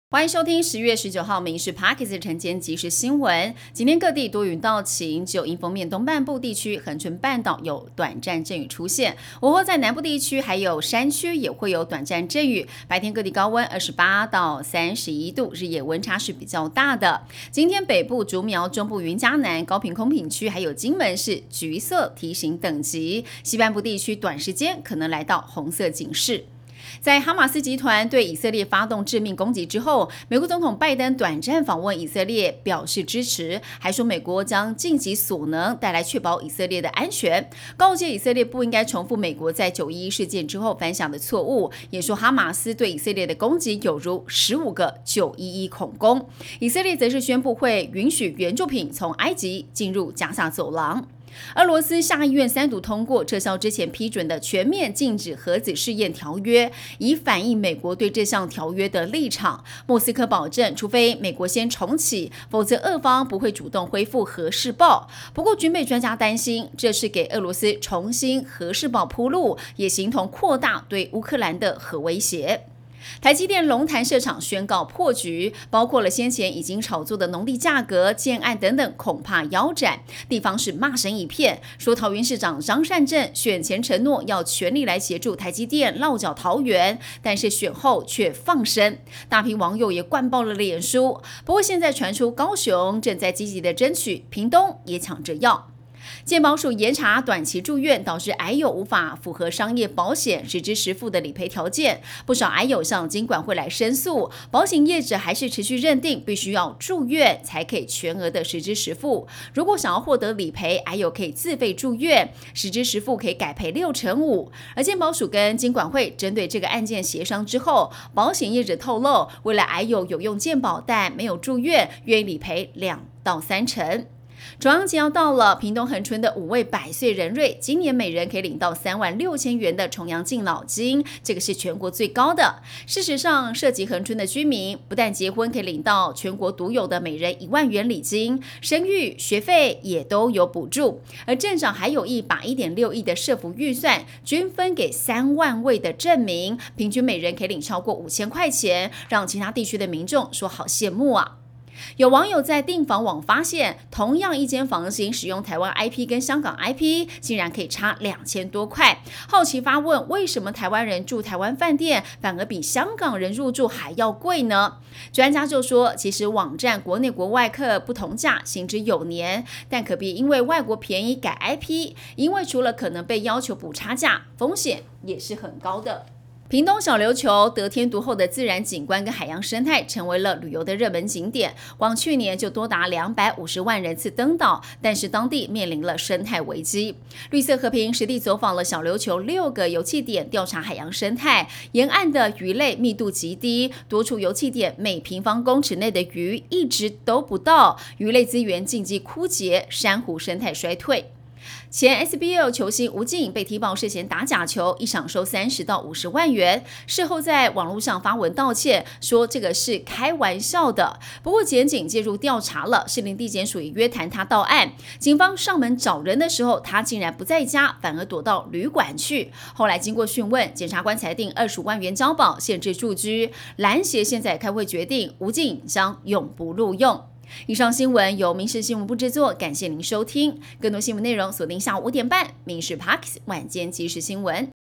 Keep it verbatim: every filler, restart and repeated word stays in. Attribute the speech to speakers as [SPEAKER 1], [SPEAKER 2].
[SPEAKER 1] 欢迎收听十月十九号民视 Podcast 晨间即时新闻。今天各地多云到晴，只有迎风面东半部地区、恒春半岛有短暂阵雨出现。午后在南部地区还有山区也会有短暂阵雨。白天各地高温二十八到三十一度，日夜温差是比较大的。今天北部、竹苗、中部云嘉南、高屏、空屏区还有金门是橘色提醒等级，西半部地区短时间可能来到红色警示。在哈马斯集团对以色列发动致命攻击之后，美国总统拜登短暂访问以色列，表示支持，还说美国将尽己所能带来确保以色列的安全，告诫以色列不应该重复美国在九一一事件之后犯下的错误，也说哈马斯对以色列的攻击有如十五个九一一恐攻。以色列则是宣布会允许援助品从埃及进入加萨走廊。俄罗斯下议院三读通过撤销之前批准的全面禁止核子试验条约，以反映美国对这项条约的立场。莫斯科保证，除非美国先重启，否则俄方不会主动恢复核试爆。不过，军备专家担心，这是给俄罗斯重新核试爆铺路，也形同扩大对乌克兰的核威胁。台积电龙潭设厂宣告破局，包括了先前已经炒作的农地价格、建案等等，恐怕腰斩。地方是骂声一片，说桃园市长张善政选前承诺要全力来协助台积电落脚桃园，但是选后却放生，大批网友也灌爆了脸书。不过现在传出高雄正在积极的争取，屏东也抢着要。健保署严查短期住院导致癌友无法符合商业保险实支实付的理赔条件，不少癌友向金管会来申诉，保险业者还是持续认定必须要住院才可以全额的实支实付。如果想要获得理赔，癌友可以自费住院，实支实付可以改赔六成五。而健保署跟金管会针对这个案件协商之后，保险业者透露，为了癌友有用健保但没有住院，愿意理赔两到三成。重阳节要到了，屏东恒春的五位百岁人瑞，今年每人可以领到三万六千元的重阳敬老金，这个是全国最高的。事实上，涉及恒春的居民，不但结婚可以领到全国独有的每人一万元礼金，生育、学费也都有补助。而镇长还有意把一点六亿的社福预算均分给三万位的镇民，平均每人可以领超过五千块钱，让其他地区的民众说好羡慕啊。有网友在订房网发现，同样一间房型使用台湾 I P 跟香港 I P 竟然可以差两千多块，好奇发问，为什么台湾人住台湾饭店反而比香港人入住还要贵呢？专家就说，其实网站国内国外客不同价，行之有年，但可别因为外国便宜改 I P， 因为除了可能被要求补差价，风险也是很高的。屏东小琉球得天独厚的自然景观跟海洋生态，成为了旅游的热门景点。光去年就多达两百五十万人次登岛，但是当地面临了生态危机。绿色和平实地走访了小琉球六个油气点，调查海洋生态。沿岸的鱼类密度极低，多处油气点每平方公尺内的鱼一直都不到，鱼类资源经济枯竭，珊瑚生态衰退。前 S B L 球星吴敬被踢爆涉嫌打假球，一场收三十到五十万元。事后在网络上发文道歉，说这个是开玩笑的。不过检警介入调查了，士林地检署也约谈他到案。警方上门找人的时候，他竟然不在家，反而躲到旅馆去。后来经过讯问，检察官裁定二十五万元交保，限制住居。篮协现在开会决定，吴敬将永不录用。以上新闻由民视新闻部制作，感谢您收听。更多新闻内容锁定下午五点半，民视 Parks 晚间即时新闻。